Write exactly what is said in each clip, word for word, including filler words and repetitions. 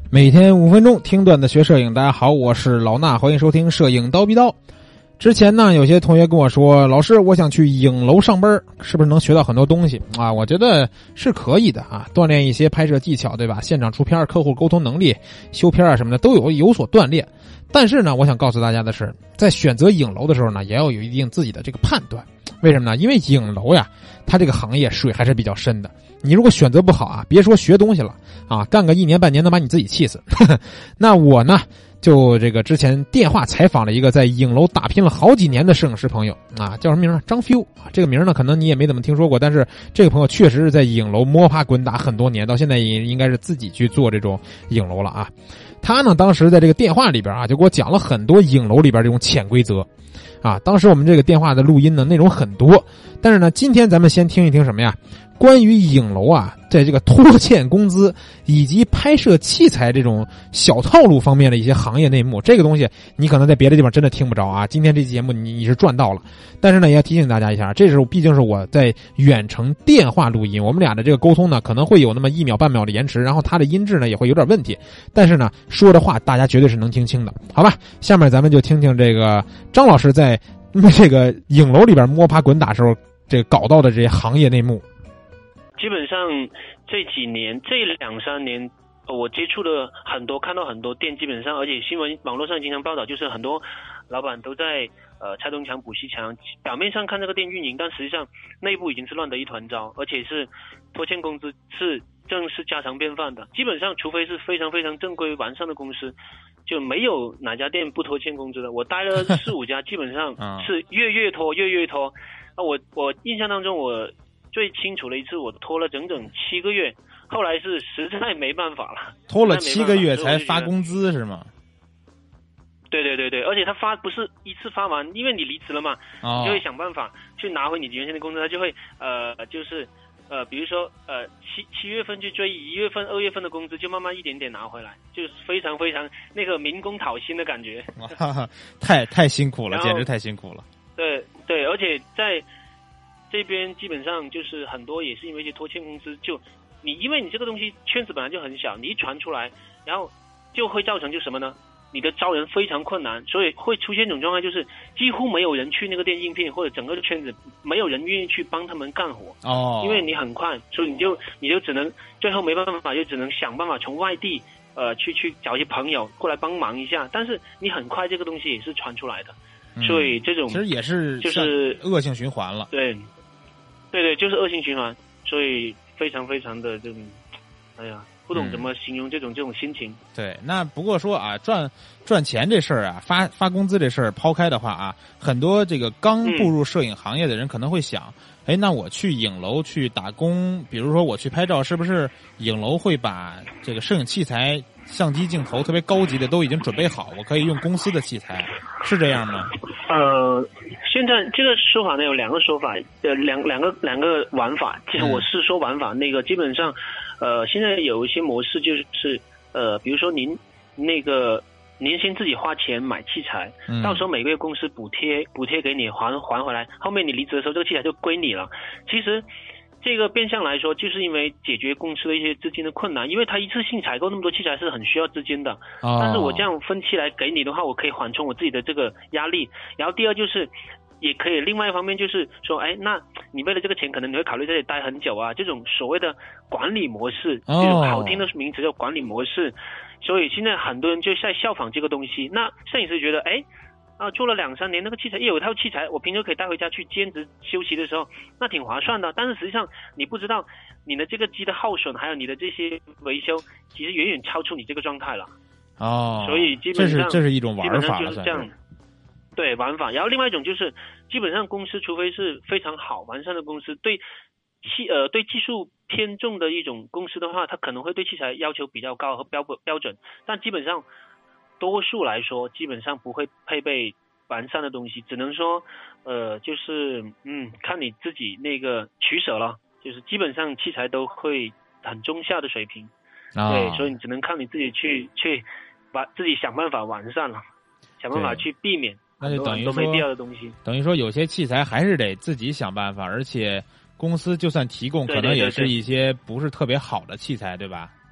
每天五分钟听段子学摄影，大家好，我是老衲，欢迎收听摄影刀逼刀。之前呢，有些同学跟我说，老师，我想去影楼上班，是不是能学到很多东西啊？我觉得是可以的啊，锻炼一些拍摄技巧，对吧？现场出片、客户沟通能力、修片啊什么的都有有所锻炼。但是呢，我想告诉大家的是，在选择影楼的时候呢，也要有一定自己的这个判断。为什么呢？因为影楼呀，它这个行业水还是比较深的。你如果选择不好啊，别说学东西了啊，干个一年半年能把你自己气死。那我呢，就这个之前电话采访了一个在影楼打拼了好几年的摄影师朋友啊，叫什么名啊？张 few 啊，这个名呢可能你也没怎么听说过，但是这个朋友确实是在影楼摸爬滚打很多年，到现在也应该是自己去做这种影楼了啊。他呢当时在这个电话里边啊，就给我讲了很多影楼里边这种潜规则啊。当时我们这个电话的录音呢内容很多，但是呢今天咱们先听一听什么呀？关于影楼啊，在这个拖欠工资以及拍摄器材这种小套路方面的一些行业内幕，这个东西你可能在别的地方真的听不着啊。今天这期节目你你是赚到了，但是呢也要提醒大家一下，这是毕竟是我在远程电话录音，我们俩的这个沟通呢可能会有那么一秒半秒的延迟，然后它的音质呢也会有点问题，但是呢说的话大家绝对是能听清的，好吧？下面咱们就听听这个张老师在这个影楼里边摸爬滚打时候这个搞到的这些行业内幕。 基本上这几年这两三年我接触了很多，看到很多店，基本上而且新闻网络上经常报道，就是很多老板都在呃拆东墙补西墙，表面上看这个店运营，但实际上内部已经是乱得一团糟，而且是拖欠工资是正是家常便饭的。基本上除非是非常非常正规完善的公司，就没有哪家店不拖欠工资的。我待了四五家基本上是月月拖月月拖。啊，我我印象当中我最清楚的一次，我拖了整整七个月，后来是实在没办法了， 拖了七个月才发工资是吗？ 对对对对，而且他发不是一次发完，因为你离职了嘛，哦、你就会想办法去拿回你原先的工资，他就会呃就是呃比如说呃七七月份去追一月份、二月份的工资，就慢慢一点点拿回来，就是非常非常那个民工讨薪的感觉， 太太辛苦了，简直太辛苦了。 对对，而且在这边基本上就是很多也是因为一些拖欠工资，就你因为你这个东西圈子本来就很小，你一传出来，然后就会造成就什么呢？你的招人非常困难，所以会出现一种状态，就是几乎没有人去那个店应聘，或者整个的圈子没有人愿意去帮他们干活哦，因为你很快，所以你就你就只能最后没办法，就只能想办法从外地呃去去找一些朋友过来帮忙一下，但是你很快这个东西也是传出来的。所以这种其实也是就是恶性循环了， 对，对对，就是恶性循环，所以非常非常的这种，哎呀，不懂怎么形容这种、嗯、这种心情。 对，那不过说啊，赚赚钱这事儿啊，发发工资这事儿抛开的话啊，很多这个刚步入摄影行业的人可能会想，哎、嗯，那我去影楼去打工，比如说我去拍照，是不是影楼会把这个摄影器材、相机、镜头特别高级的都已经准备好，我可以用公司的器材，是这样吗？ 呃，现在这个说法呢有两个说法，呃，两两个两个玩法。其实我是说玩法，那个基本上，呃，现在有一些模式就是呃，比如说您那个您先自己花钱买器材，嗯、到时候每个月公司补贴补贴给你还还回来，后面你离职的时候这个器材就归你了。其实这个变相来说，就是因为解决公司的一些资金的困难，因为他一次性采购那么多器材是很需要资金的。哦、但是我这样分期来给你的话，我可以缓冲我自己的这个压力。然后第二就是，也可以另外一方面就是说，哎，那你为了这个钱，可能你会考虑在这里待很久啊，这种所谓的管理模式，哦、这种好听的名词叫管理模式。所以现在很多人就在效仿这个东西。那摄影师觉得，哎。啊，做了两三年，那个器材也有一套器材，我平时可以带回家去兼职休息的时候，那挺划算的。但是实际上你不知道你的这个机的耗损，还有你的这些维修，其实远远超出你这个状态了。哦，所以基本上这是这是一种玩法了， 基本上就是这样。对，玩法。然后另外一种就是，基本上公司除非是非常好完善的公司，对器呃对技术偏重的一种公司的话，它可能会对器材要求比较高和标标准，但基本上。多数来说，基本上不会配备完善的东西，只能说，呃，就是嗯，看你自己那个取舍了。就是基本上器材都会很中下的水平，哦、对，所以你只能靠你自己去去把自己想办法完善了，想办法去避免那就等于说都没必要的东西。 等于说有些器材还是得自己想办法，而且公司就算提供，可能也是一些不是特别好的器材，对吧？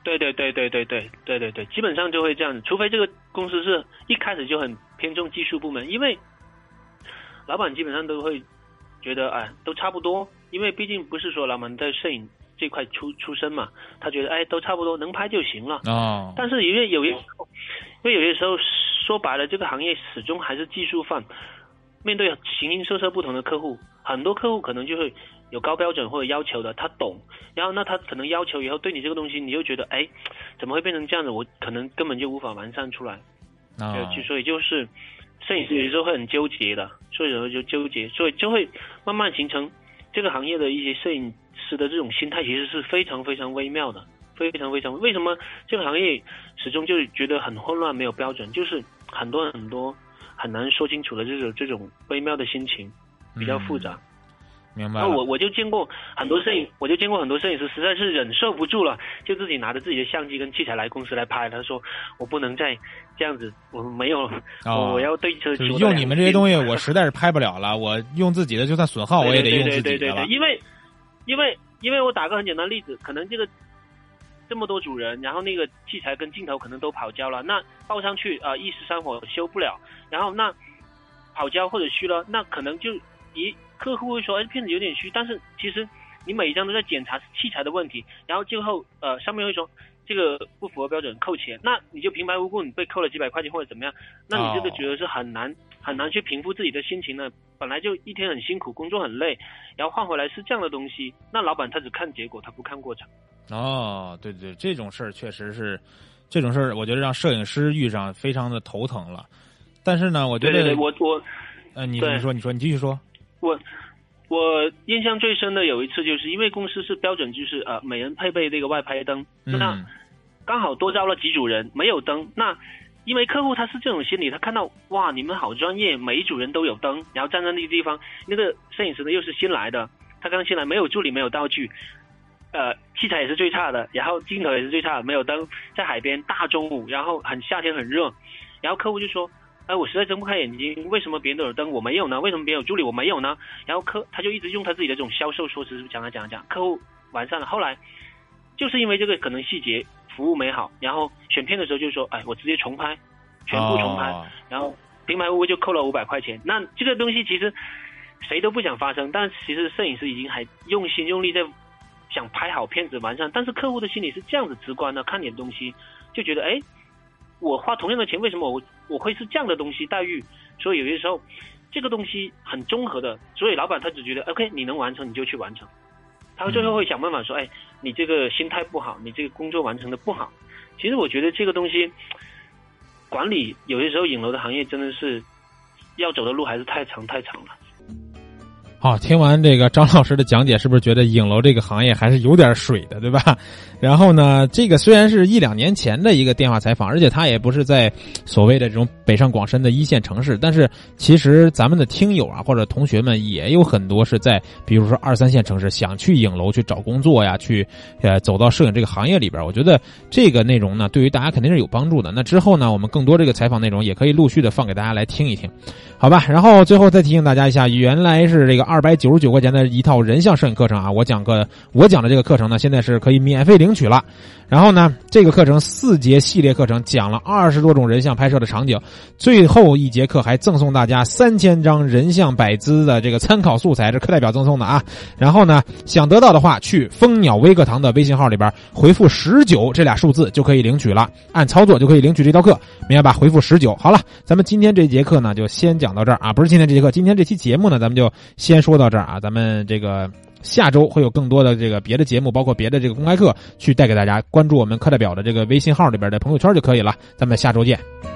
对对对对对对对对对，基本上就会这样子，除非这个公司是一开始就很偏重技术部门，因为老板基本上都会觉得哎都差不多，因为毕竟不是说老板在摄影这块出出身嘛，他觉得哎都差不多能拍就行了。 哦。 但是因为有些因为有些时候说白了，这个行业始终还是技术范，面对形形色色不同的客户，很多客户可能就会有高标准或者要求的，他懂，然后那他可能要求以后对你这个东西，你就觉得哎怎么会变成这样子，我可能根本就无法完善出来。 哦。 就所以就是摄影师有时候会很纠结的，所以有时候就纠结，所以就会慢慢形成这个行业的一些摄影师的这种心态，其实是非常非常微妙的，非常非常。为什么这个行业始终就是觉得很混乱，没有标准，就是很多很多很难说清楚的这种这种微妙的心情，比较复杂。 嗯，明白了。 我我就见过很多摄影，我就见过很多摄影师实在是忍受不住了，就自己拿着自己的相机跟器材来公司来拍。他说我不能再这样子，我没有， 哦， 我要对车。 就是用你们这些东西，我实在是拍不了了。我用自己的，就算损耗我也得用自己的了。 对对对对对，因为因为因为我打个很简单的例子，可能这个这么多组人，然后那个器材跟镜头可能都跑焦了，那抱上去啊、呃、一时三会修不了，然后那跑焦或者虚了，那可能就一。客户会说哎片子有点虚，但是其实你每一张都在检查器材的问题，然后最后呃上面会说这个不符合标准扣钱，那你就平白无故你被扣了几百块钱或者怎么样，那你这个觉得是很难、哦、很难去平复自己的心情呢。本来就一天很辛苦，工作很累，然后换回来是这样的东西，那老板他只看结果，他不看过程。 哦，对对，这种事儿确实是，这种事儿我觉得让摄影师遇上非常的头疼了。但是呢，我觉得对对对，我我呃你你说你说你继续说。 我我印象最深的有一次，就是因为公司是标准就是呃每人配备那个外拍灯， 嗯、 那刚好多招了几组人没有灯，那因为客户他是这种心理，他看到哇你们好专业，每一组人都有灯，然后站在那个地方，那个摄影师呢又是新来的，他刚新来，没有助理没有道具，呃器材也是最差的，然后镜头也是最差的，没有灯，在海边大中午，然后很夏天很热，然后客户就说哎，我实在睁不开眼睛，为什么别人都有灯我没有呢？为什么别人有助理我没有呢？然后客他就一直用他自己的这种销售说辞讲啊讲啊讲，客户完善了。后来就是因为这个可能细节服务没好，然后选片的时候就说哎，我直接重拍，全部重拍，哦、然后平白无故就扣了五百块钱。那这个东西其实谁都不想发生，但其实摄影师已经还用心用力在想拍好片子完善，但是客户的心理是这样子直观的，看点东西就觉得哎。我花同样的钱，为什么我我会是这样的东西待遇？所以有些时候，这个东西很综合的，所以老板他只觉得 OK， 你能完成你就去完成，他最后会想办法说，哎，你这个心态不好，你这个工作完成的不好。其实我觉得这个东西，管理有些时候影楼的行业真的是要走的路还是太长太长了。 好，听完这个张老师的讲解，是不是觉得影楼这个行业还是有点水的，对吧？然后呢，这个虽然是一两年前的一个电话采访，而且他也不是在所谓的这种北上广深的一线城市，但是其实咱们的听友啊或者同学们也有很多是在比如说二三线城市想去影楼去找工作呀，去呃走到摄影这个行业里边。我觉得这个内容呢对于大家肯定是有帮助的。那之后呢，我们更多这个采访内容也可以陆续的放给大家来听一听，好吧？然后最后再提醒大家一下，原来是这个二百九十九块钱的一套人像摄影课程啊，我讲个我讲的这个课程呢现在是可以免费领取了。然后呢，这个课程四节系列课程讲了二十多种人像拍摄的场景，最后一节课还赠送大家三千张人像摆姿的这个参考素材，这课代表赠送的啊。然后呢，想得到的话，去蜂鸟微课堂的微信号里边回复十九这俩数字就可以领取了，按操作就可以领取这套课，明白吧？回复十九。好了，咱们今天这节课呢就先讲到这儿啊，不是今天这节课，今天这期节目呢咱们就先说到这儿啊，咱们这个下周会有更多的这个别的节目，包括别的这个公开课去带给大家，关注我们课代表的这个微信号里边的朋友圈就可以了。咱们下周见。